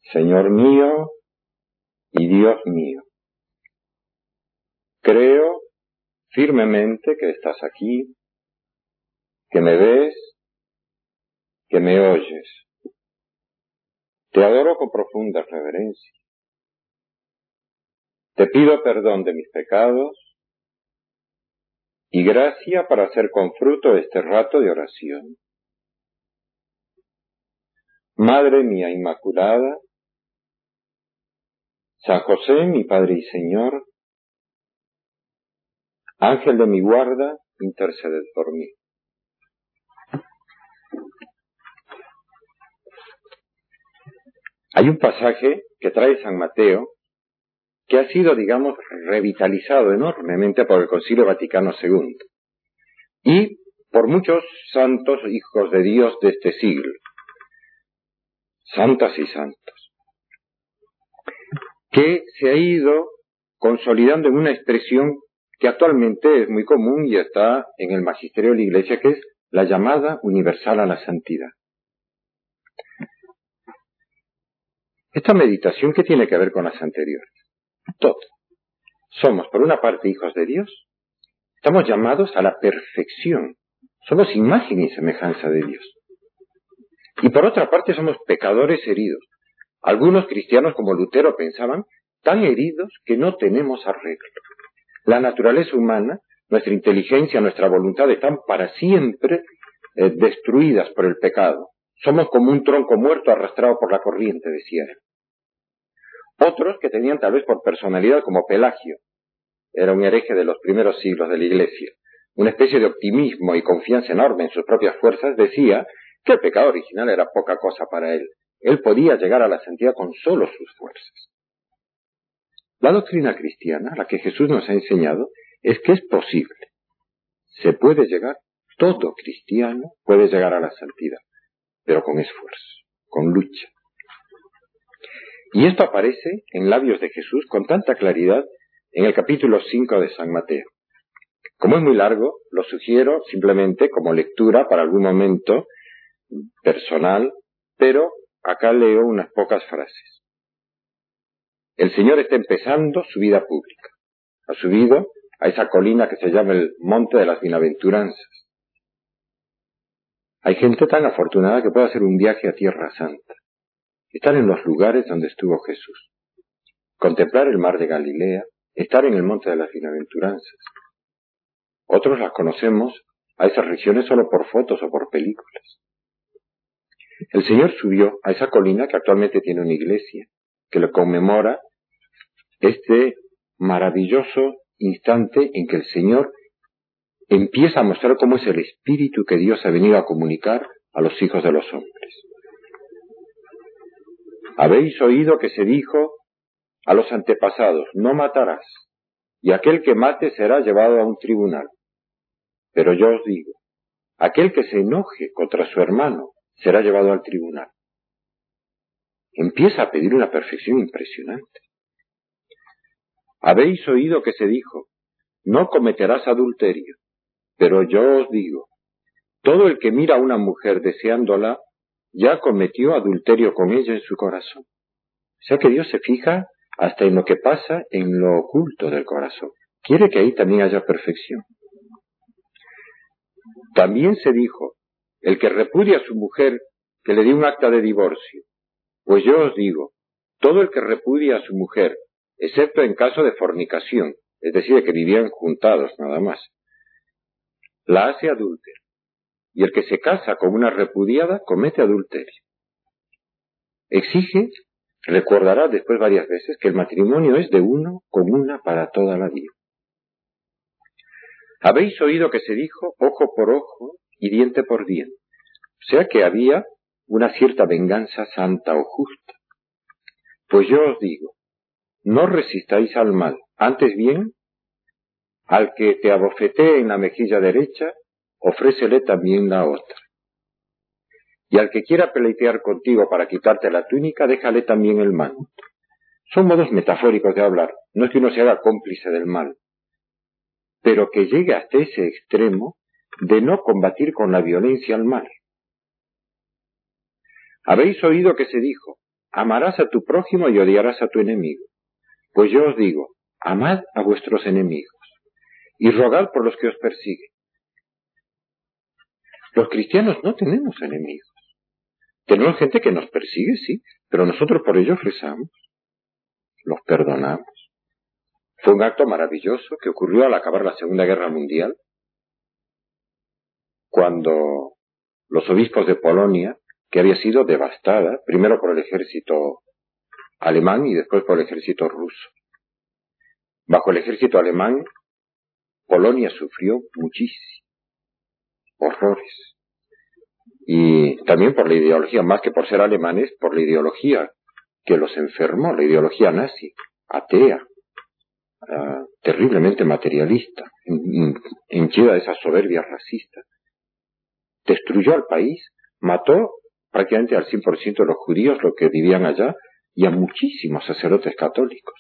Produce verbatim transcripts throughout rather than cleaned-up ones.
Señor mío y Dios mío, creo firmemente que estás aquí, que me ves, que me oyes. Te adoro con profunda reverencia. Te pido perdón de mis pecados y gracia para hacer con fruto este rato de oración. Madre mía Inmaculada, San José, mi Padre y Señor, Ángel de mi guarda, interceded por mí. Hay un pasaje que trae San Mateo que ha sido, digamos, revitalizado enormemente por el Concilio Vaticano segundo y por muchos santos hijos de Dios de este siglo, santas y santos, que se ha ido consolidando en una expresión que actualmente es muy común y está en el magisterio de la Iglesia, que es la llamada universal a la santidad. Esta meditación, ¿qué tiene que ver con las anteriores? Todo. Somos, por una parte, hijos de Dios, estamos llamados a la perfección, somos imagen y semejanza de Dios. Y por otra parte, somos pecadores heridos. Algunos cristianos, como Lutero, pensaban, tan heridos que no tenemos arreglo. La naturaleza humana, nuestra inteligencia, nuestra voluntad están para siempre eh, destruidas por el pecado. Somos como un tronco muerto arrastrado por la corriente, decía él. Otros que tenían tal vez por personalidad, como Pelagio, era un hereje de los primeros siglos de la Iglesia, una especie de optimismo y confianza enorme en sus propias fuerzas, decía que el pecado original era poca cosa para él. Él podía llegar a la santidad con solo sus fuerzas. La doctrina cristiana, la que Jesús nos ha enseñado, es que es posible. Se puede llegar, todo cristiano puede llegar a la santidad, pero con esfuerzo, con lucha. Y esto aparece en labios de Jesús con tanta claridad en el capítulo cinco de San Mateo. Como es muy largo, lo sugiero simplemente como lectura para algún momento personal, pero acá leo unas pocas frases. El Señor está empezando su vida pública. Ha subido a esa colina que se llama el Monte de las Bienaventuranzas. Hay gente tan afortunada que puede hacer un viaje a Tierra Santa, estar en los lugares donde estuvo Jesús, contemplar el mar de Galilea, estar en el Monte de las Bienaventuranzas. Otros las conocemos a esas regiones solo por fotos o por películas. El Señor subió a esa colina que actualmente tiene una iglesia, que lo conmemora este maravilloso instante en que el Señor empieza a mostrar cómo es el espíritu que Dios ha venido a comunicar a los hijos de los hombres. Habéis oído que se dijo a los antepasados, no matarás, y aquel que mate será llevado a un tribunal. Pero yo os digo, aquel que se enoje contra su hermano será llevado al tribunal. Empieza a pedir una perfección impresionante. Habéis oído que se dijo, no cometerás adulterio, pero yo os digo, todo el que mira a una mujer deseándola, ya cometió adulterio con ella en su corazón. O sea que Dios se fija hasta en lo que pasa en lo oculto del corazón. Quiere que ahí también haya perfección. También se dijo, el que repudia a su mujer, que le dé un acta de divorcio. Pues yo os digo, todo el que repudia a su mujer, excepto en caso de fornicación, es decir, de que vivían juntados nada más, la hace adúltera. Y el que se casa con una repudiada comete adulterio. Exige, recordará después varias veces, que el matrimonio es de uno con una para toda la vida. Habéis oído que se dijo ojo por ojo y diente por diente. O sea que había una cierta venganza santa o justa. Pues yo os digo, no resistáis al mal, antes bien, al que te abofetee en la mejilla derecha, ofrécele también la otra. Y al que quiera peleitear contigo para quitarte la túnica, déjale también el manto. Son modos metafóricos de hablar, no es que uno se haga cómplice del mal, pero que llegue hasta ese extremo de no combatir con la violencia al mal. Habéis oído que se dijo, amarás a tu prójimo y odiarás a tu enemigo. Pues yo os digo, amad a vuestros enemigos y rogad por los que os persiguen. Los cristianos no tenemos enemigos. Tenemos gente que nos persigue, sí, pero nosotros por ellos rezamos, los perdonamos. Fue un acto maravilloso que ocurrió al acabar la Segunda Guerra Mundial, cuando los obispos de Polonia, que había sido devastada, primero por el ejército alemán y después por el ejército ruso. Bajo el ejército alemán, Polonia sufrió muchísimo, horrores. Y también por la ideología, más que por ser alemanes, por la ideología que los enfermó, la ideología nazi, atea, uh, terriblemente materialista, henchida de esa soberbia racista. Destruyó al país, mató prácticamente al cien por ciento de los judíos, los que vivían allá, y a muchísimos sacerdotes católicos.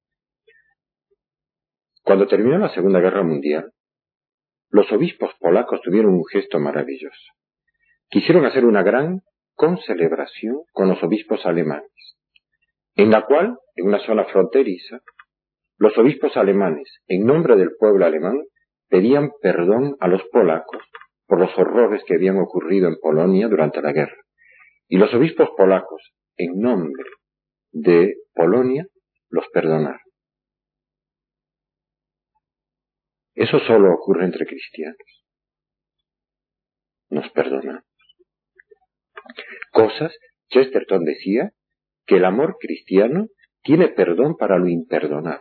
Cuando terminó la Segunda Guerra Mundial, los obispos polacos tuvieron un gesto maravilloso. Quisieron hacer una gran concelebración con los obispos alemanes, en la cual, en una zona fronteriza, los obispos alemanes, en nombre del pueblo alemán, pedían perdón a los polacos por los horrores que habían ocurrido en Polonia durante la guerra. Y los obispos polacos, en nombre de Polonia, los perdonaron. Eso solo ocurre entre cristianos. Nos perdonamos. Cosas, Chesterton decía que el amor cristiano tiene perdón para lo imperdonable.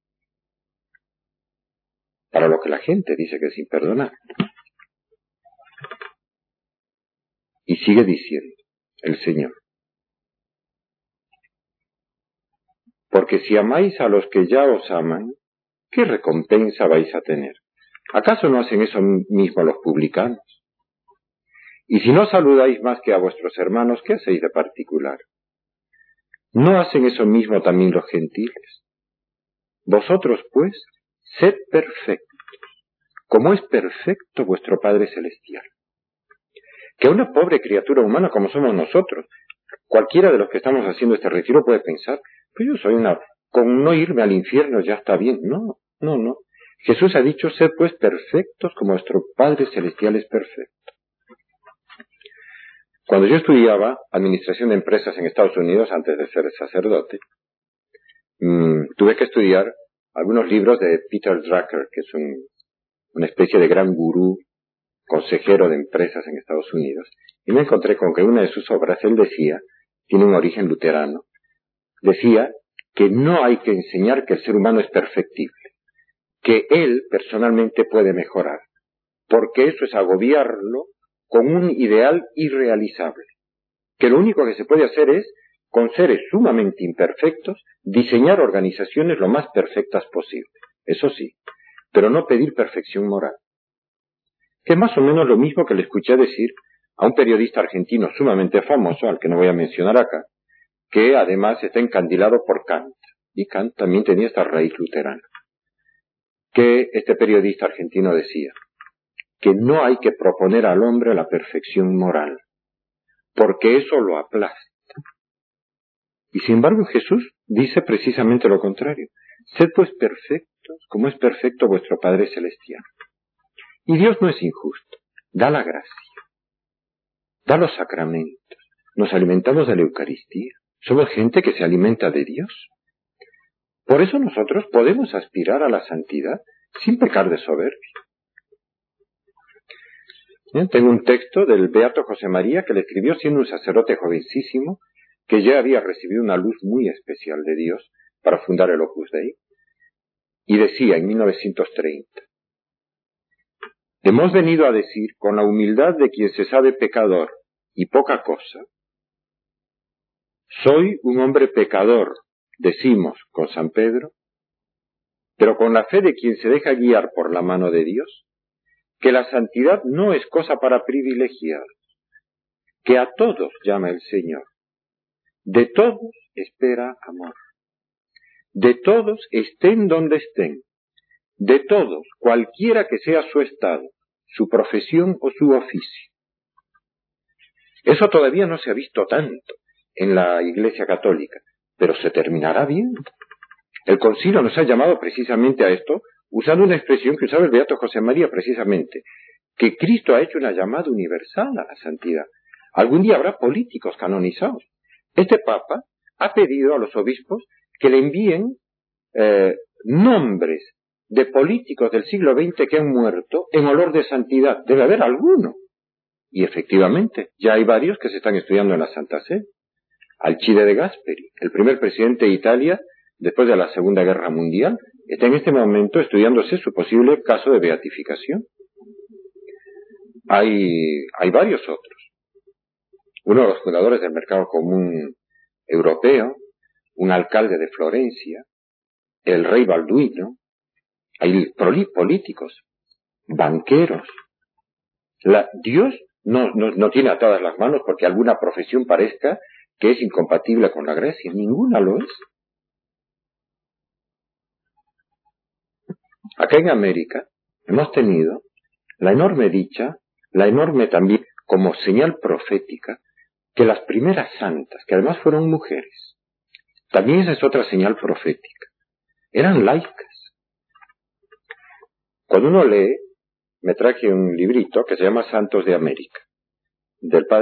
Para lo que la gente dice que es imperdonable. Y sigue diciendo el Señor: porque si amáis a los que ya os aman, ¿qué recompensa vais a tener? ¿Acaso no hacen eso mismo los publicanos? Y si no saludáis más que a vuestros hermanos, ¿qué hacéis de particular? ¿No hacen eso mismo también los gentiles? Vosotros, pues, sed perfectos, como es perfecto vuestro Padre Celestial. Que una pobre criatura humana como somos nosotros, cualquiera de los que estamos haciendo este retiro puede pensar, pues yo soy una, con no irme al infierno ya está bien. No, no, no. Jesús ha dicho, sed pues perfectos como vuestro Padre Celestial es perfecto. Cuando yo estudiaba administración de empresas en Estados Unidos, antes de ser sacerdote, mmm, tuve que estudiar algunos libros de Peter Drucker, que es un, una especie de gran gurú, consejero de empresas en Estados Unidos, y me encontré con que una de sus obras, él decía, tiene un origen luterano, decía que no hay que enseñar que el ser humano es perfectible, que él personalmente puede mejorar, porque eso es agobiarlo con un ideal irrealizable, que lo único que se puede hacer es, con seres sumamente imperfectos, diseñar organizaciones lo más perfectas posible, eso sí, pero no pedir perfección moral. Que es más o menos lo mismo que le escuché decir a un periodista argentino sumamente famoso, al que no voy a mencionar acá, que además está encandilado por Kant, y Kant también tenía esta raíz luterana, que este periodista argentino decía que no hay que proponer al hombre la perfección moral, porque eso lo aplasta. Y sin embargo Jesús dice precisamente lo contrario: sed pues perfectos, como es perfecto vuestro Padre Celestial. Y Dios no es injusto, da la gracia, da los sacramentos, nos alimentamos de la Eucaristía, somos gente que se alimenta de Dios. Por eso nosotros podemos aspirar a la santidad sin pecar de soberbia. Bien, tengo un texto del beato José María que le escribió siendo un sacerdote jovencísimo, que ya había recibido una luz muy especial de Dios para fundar el Opus Dei, y decía en mil novecientos treinta: hemos venido a decir con la humildad de quien se sabe pecador y poca cosa, soy un hombre pecador, decimos con San Pedro, pero con la fe de quien se deja guiar por la mano de Dios, que la santidad no es cosa para privilegiados, que a todos llama el Señor, de todos espera amor, de todos estén donde estén, de todos, cualquiera que sea su estado, su profesión o su oficio. Eso todavía no se ha visto tanto, en la Iglesia Católica, pero se terminará bien. El concilio nos ha llamado precisamente a esto, usando una expresión que usaba el beato José María precisamente, que Cristo ha hecho una llamada universal a la santidad. Algún día habrá políticos canonizados. Este Papa ha pedido a los obispos que le envíen eh, nombres de políticos del siglo veinte que han muerto en olor de santidad. Debe haber alguno. Y efectivamente, ya hay varios que se están estudiando en la Santa Sede. Alcide de Gasperi, el primer presidente de Italia después de la Segunda Guerra Mundial, está en este momento estudiándose su posible caso de beatificación. Hay, hay varios otros. Uno de los fundadores del mercado común europeo, un alcalde de Florencia, el rey Balduino, hay políticos, banqueros. La, Dios no, no, no tiene atadas las manos porque alguna profesión parezca que es incompatible con la gracia. Ninguna lo es. Acá en América hemos tenido la enorme dicha, la enorme también como señal profética, que las primeras santas, que además fueron mujeres, también esa es otra señal profética, eran laicas. Cuando uno lee, me traje un librito que se llama Santos de América, del padre